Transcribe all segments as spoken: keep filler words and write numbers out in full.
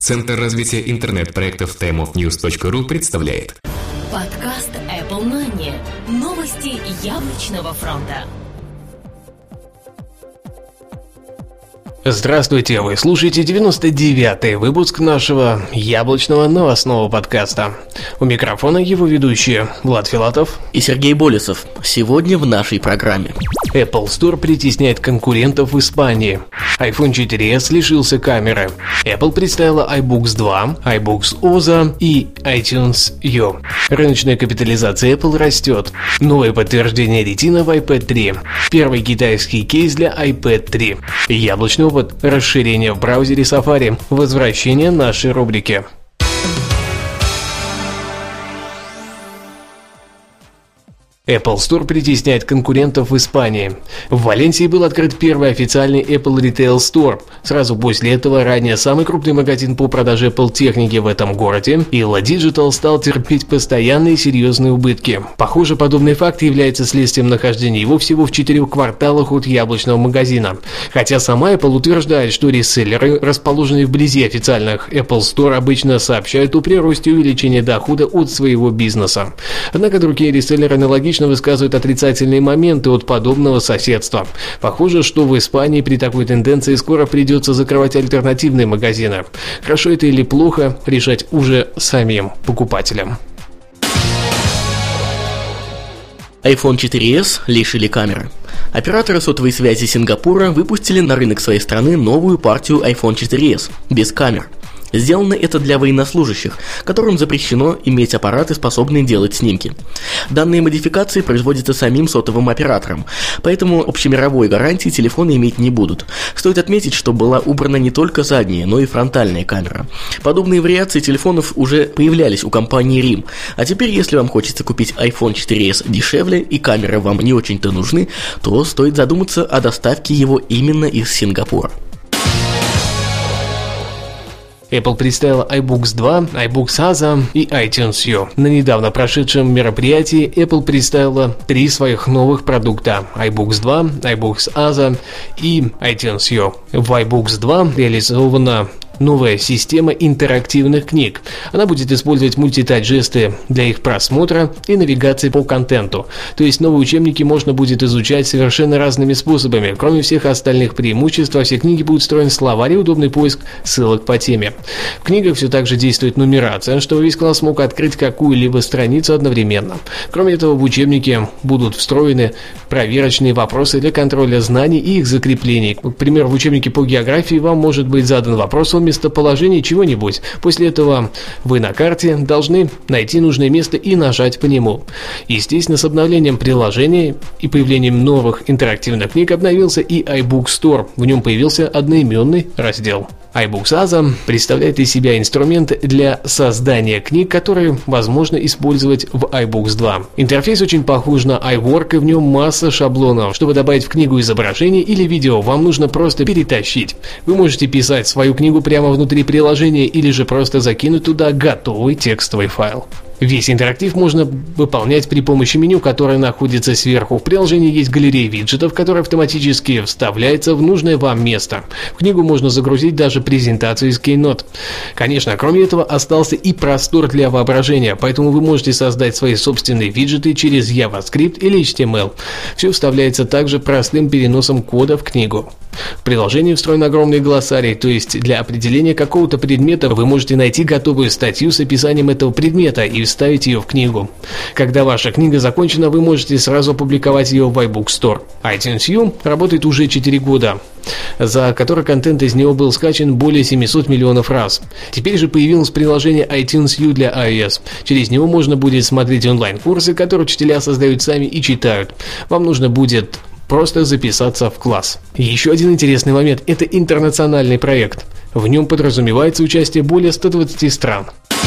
Центр развития интернет-проектов тайм оф ньюс точка ру представляет подкаст Apple Money. Новости яблочного фронта. Здравствуйте, вы слушаете девяносто девятый выпуск нашего яблочного новостного подкаста. У микрофона его ведущие Влад Филатов и Сергей Болесов. Сегодня в нашей программе. Apple Store притесняет конкурентов в Испании. iPhone четыре эс лишился камеры. Apple представила iBooks два, iBooks Oza и iTunes U. Рыночная капитализация Apple растет. Новое подтверждение Retina в iPad три. Первый китайский кейс для iPad три. Яблочный опыт. Расширение в браузере Safari. Возвращение нашей рубрики. Apple Store притесняет конкурентов в Испании. В Валенсии был открыт первый официальный Apple Retail Store. Сразу после этого ранее самый крупный магазин по продаже Apple техники в этом городе, Illa Digital, стал терпеть постоянные серьезные убытки. Похоже, подобный факт является следствием нахождения его всего в четырех кварталах от яблочного магазина. Хотя сама Apple утверждает, что реселлеры, расположенные вблизи официальных Apple Store, обычно сообщают о приросте увеличения дохода от своего бизнеса. Однако другие реселлеры аналогично высказывают отрицательные моменты от подобного соседства. Похоже, что в Испании при такой тенденции скоро придется закрывать альтернативные магазины. Хорошо это или плохо, решать уже самим покупателям. iPhone четыре эс лишили камеры. Операторы сотовой связи Сингапура выпустили на рынок своей страны новую партию iPhone четыре эс без камер. Сделано это для военнослужащих, которым запрещено иметь аппараты, способные делать снимки. Данные модификации производятся самим сотовым оператором, поэтому общемировой гарантии телефоны иметь не будут. Стоит отметить, что была убрана не только задняя, но и фронтальная камера. Подобные вариации телефонов уже появлялись у компании рим, а теперь, если вам хочется купить iPhone четыре эс дешевле и камеры вам не очень-то нужны, то стоит задуматься о доставке его именно из Сингапура. Apple представила iBooks два, iBooks Oza и iTunes U. На недавно прошедшем мероприятии Apple представила три своих новых продукта: iBooks два, iBooks Oza и iTunes U. В iBooks два реализована новая система интерактивных книг. Она будет использовать мультитач-жесты для их просмотра и навигации по контенту. То есть новые учебники можно будет изучать совершенно разными способами. Кроме всех остальных преимуществ, во все книги будет встроен словарь и удобный поиск ссылок по теме. В книгах все так же действует нумерация, чтобы весь класс мог открыть какую-либо страницу одновременно. Кроме этого, в учебнике будут встроены проверочные вопросы для контроля знаний и их закреплений. К примеру, в учебнике по географии вам может быть задан вопрос о местоположении чего-нибудь. После этого вы на карте должны найти нужное место и нажать по нему. Естественно, с обновлением приложения и появлением новых интерактивных книг обновился и iBook Store. В нем появился одноименный раздел. iBooks Oza представляет из себя инструмент для создания книг, которые возможно использовать в iBooks два. Интерфейс очень похож на iWork, и в нем масса шаблонов. Чтобы добавить в книгу изображение или видео, вам нужно просто перетащить. Вы можете писать свою книгу прямо внутри приложения или же просто закинуть туда готовый текстовый файл. Весь интерактив можно выполнять при помощи меню, которое находится сверху. В приложении есть галерея виджетов, которая автоматически вставляется в нужное вам место. В книгу можно загрузить даже презентацию из Keynote. Конечно, кроме этого остался и простор для воображения, поэтому вы можете создать свои собственные виджеты через JavaScript или эйч ти эм эл. Все вставляется также простым переносом кода в книгу. В приложении встроен огромный глоссарий, то есть для определения какого-то предмета вы можете найти готовую статью с описанием этого предмета и вставить ее в книгу. Когда ваша книга закончена, вы можете сразу опубликовать ее в iBook Store. iTunes U работает уже четыре года, за который контент из него был скачан более семьсот миллионов раз. Теперь же появилось приложение iTunes U для iOS. Через него можно будет смотреть онлайн-курсы, которые учителя создают сами и читают. Вам нужно будет просто записаться в класс. Еще один интересный момент – это интернациональный проект. В нем подразумевается участие более ста двадцати стран.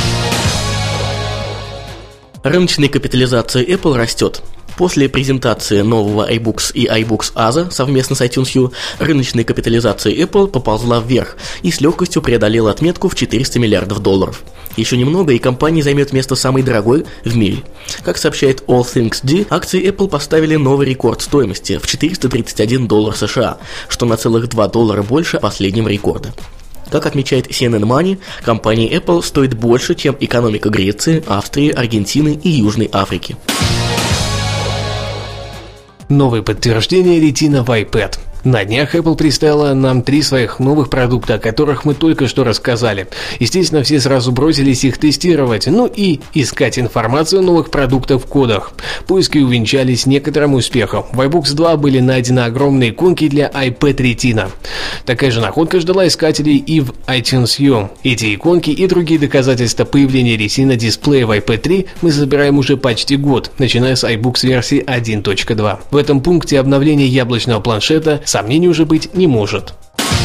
Рыночная капитализация Apple растет. После презентации нового iBooks и iBooks Oza совместно с iTunes U, рыночная капитализация Apple поползла вверх и с легкостью преодолела отметку в четыреста миллиардов долларов. Еще немного, и компания займет место самой дорогой в мире. Как сообщает All Things D, акции Apple поставили новый рекорд стоимости в четыреста тридцать один доллар США, что на целых два доллара больше последнего рекорда. Как отмечает си эн эн Money, компания Apple стоит больше, чем экономика Греции, Австрии, Аргентины и Южной Африки. Новое подтверждение Retina в iPad. На днях Apple представила нам три своих новых продукта, о которых мы только что рассказали. Естественно, все сразу бросились их тестировать, ну и искать информацию о новых продуктах в кодах. Поиски увенчались некоторым успехом. В iBooks два были найдены огромные иконки для iPad Retina. Такая же находка ждала искателей и в iTunes ю. Эти иконки и другие доказательства появления Retina дисплея в iPad три мы собираем уже почти год, начиная с iBooks версии один точка два. В этом пункте обновления яблочного планшета сомнений уже быть не может.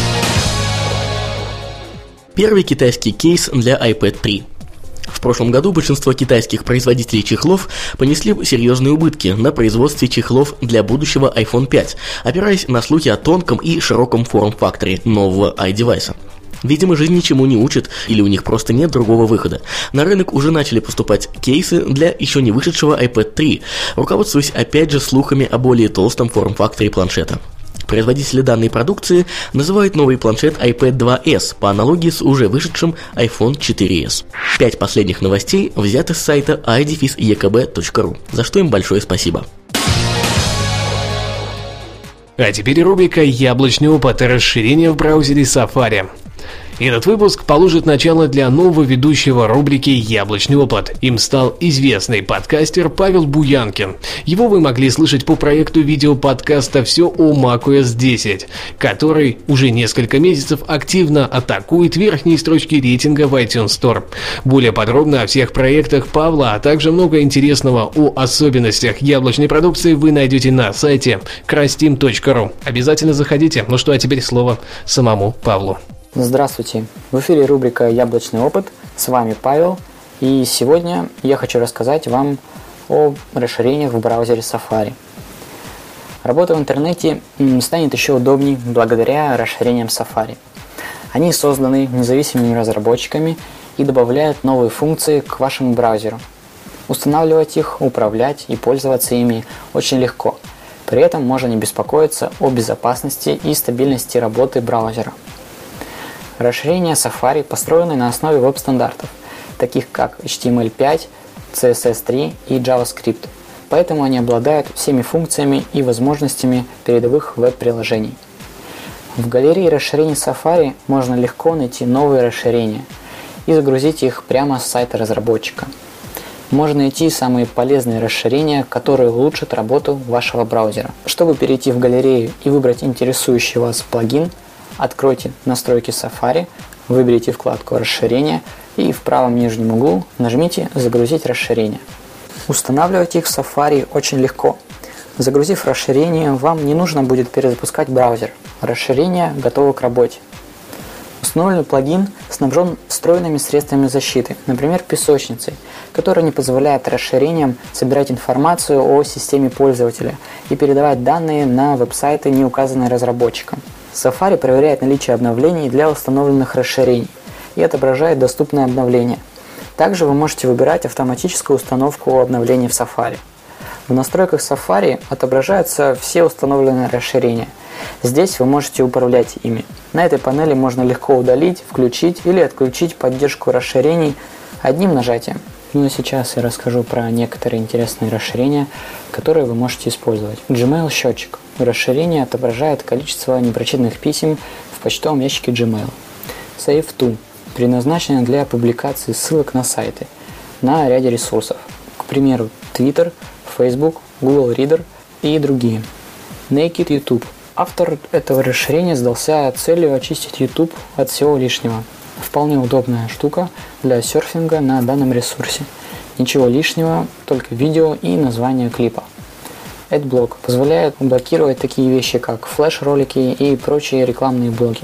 Первый китайский кейс для iPad три. В прошлом году большинство китайских производителей чехлов понесли серьезные убытки на производстве чехлов для будущего айфон пять, опираясь на слухи о тонком и широком форм-факторе нового iDevice. Видимо, жизнь ничему не учит, или у них просто нет другого выхода. На рынок уже начали поступать кейсы для еще не вышедшего iPad три, руководствуясь опять же слухами о более толстом форм-факторе планшета. Производители данной продукции называют новый планшет iPad два эс по аналогии с уже вышедшим айфон четыре эс. Пять последних новостей взяты с сайта ай дефис и кей би точка ру, за что им большое спасибо. А теперь рубрика «Яблочный опыт» и расширение в браузере Safari. Этот выпуск положит начало для нового ведущего рубрики «Яблочный опыт». Им стал известный подкастер Павел Буянкин. Его вы могли слышать по проекту видеоподкаста «Все о macOS десять», который уже несколько месяцев активно атакует верхние строчки рейтинга в iTunes Store. Более подробно о всех проектах Павла, а также много интересного о особенностях яблочной продукции вы найдете на сайте крастим точка ру. Обязательно заходите. Ну что, а теперь слово самому Павлу. Здравствуйте! В эфире рубрика «Яблочный опыт». С вами Павел. И сегодня я хочу рассказать вам о расширениях в браузере Safari. Работа в интернете станет еще удобней благодаря расширениям Safari. Они созданы независимыми разработчиками и добавляют новые функции к вашему браузеру. Устанавливать их, управлять и пользоваться ими очень легко. При этом можно не беспокоиться о безопасности и стабильности работы браузера. Расширения Safari построены на основе веб-стандартов, таких как эйч ти эм эль пять, си эс эс три и JavaScript, поэтому они обладают всеми функциями и возможностями передовых веб-приложений. В галерее расширений Safari можно легко найти новые расширения и загрузить их прямо с сайта разработчика. Можно найти самые полезные расширения, которые улучшат работу вашего браузера. Чтобы перейти в галерею и выбрать интересующий вас плагин, откройте настройки Safari, выберите вкладку «Расширения» и в правом нижнем углу нажмите «Загрузить расширение». Устанавливать их в Safari очень легко. Загрузив расширение, вам не нужно будет перезапускать браузер. Расширение готово к работе. Установленный плагин снабжен встроенными средствами защиты, например, песочницей, которая не позволяет расширениям собирать информацию о системе пользователя и передавать данные на веб-сайты, не указанные разработчиком. Safari проверяет наличие обновлений для установленных расширений и отображает доступные обновления. Также вы можете выбирать автоматическую установку обновлений в Safari. В настройках Safari отображаются все установленные расширения. Здесь вы можете управлять ими. На этой панели можно легко удалить, включить или отключить поддержку расширений одним нажатием. Ну а сейчас я расскажу про некоторые интересные расширения, которые вы можете использовать. Gmail счетчик. Расширение отображает количество непрочитанных писем в почтовом ящике Gmail. Save to. Предназначено для публикации ссылок на сайты на ряде ресурсов. К примеру, Twitter, Facebook, Google Reader и другие. Naked YouTube. Автор этого расширения задался целью очистить YouTube от всего лишнего. Вполне удобная штука для серфинга на данном ресурсе. Ничего лишнего, только видео и название клипа. AdBlock позволяет блокировать такие вещи, как флеш-ролики и прочие рекламные блоки.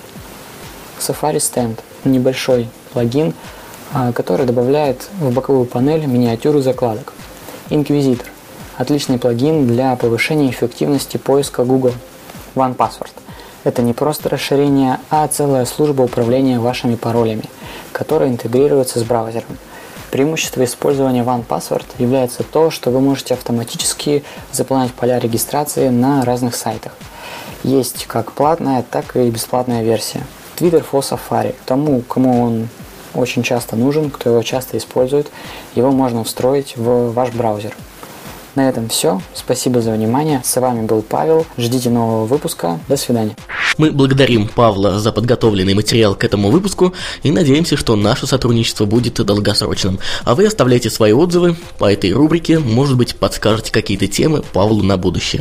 Safari Stand – небольшой плагин, который добавляет в боковую панель миниатюру закладок. Inquisitor – отличный плагин для повышения эффективности поиска Google. OnePassword – это не просто расширение, а целая служба управления вашими паролями, которая интегрируется с браузером. Преимущество использования OnePassword является то, что вы можете автоматически заполнять поля регистрации на разных сайтах. Есть как платная, так и бесплатная версия. Twitter for Safari. Тому, кому он очень часто нужен, кто его часто использует, его можно встроить в ваш браузер. На этом все. Спасибо за внимание. С вами был Павел. Ждите нового выпуска. До свидания. Мы благодарим Павла за подготовленный материал к этому выпуску и надеемся, что наше сотрудничество будет долгосрочным. А вы оставляйте свои отзывы по этой рубрике, может быть, подскажете какие-то темы Павлу на будущее.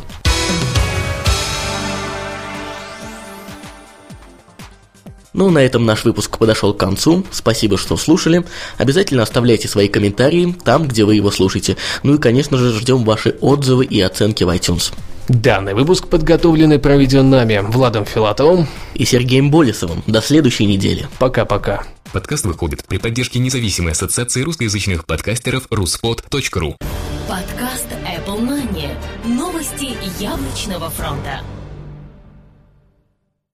Ну, на этом наш выпуск подошел к концу. Спасибо, что слушали. Обязательно оставляйте свои комментарии там, где вы его слушаете. Ну и, конечно же, ждем ваши отзывы и оценки в iTunes. Данный выпуск подготовлен и проведен нами, Владом Филатовым и Сергеем Болесовым. До следующей недели. Пока-пока. Подкаст выходит при поддержке независимой ассоциации русскоязычных подкастеров руспод точка ру. Подкаст Apple Money. Новости яблочного фронта.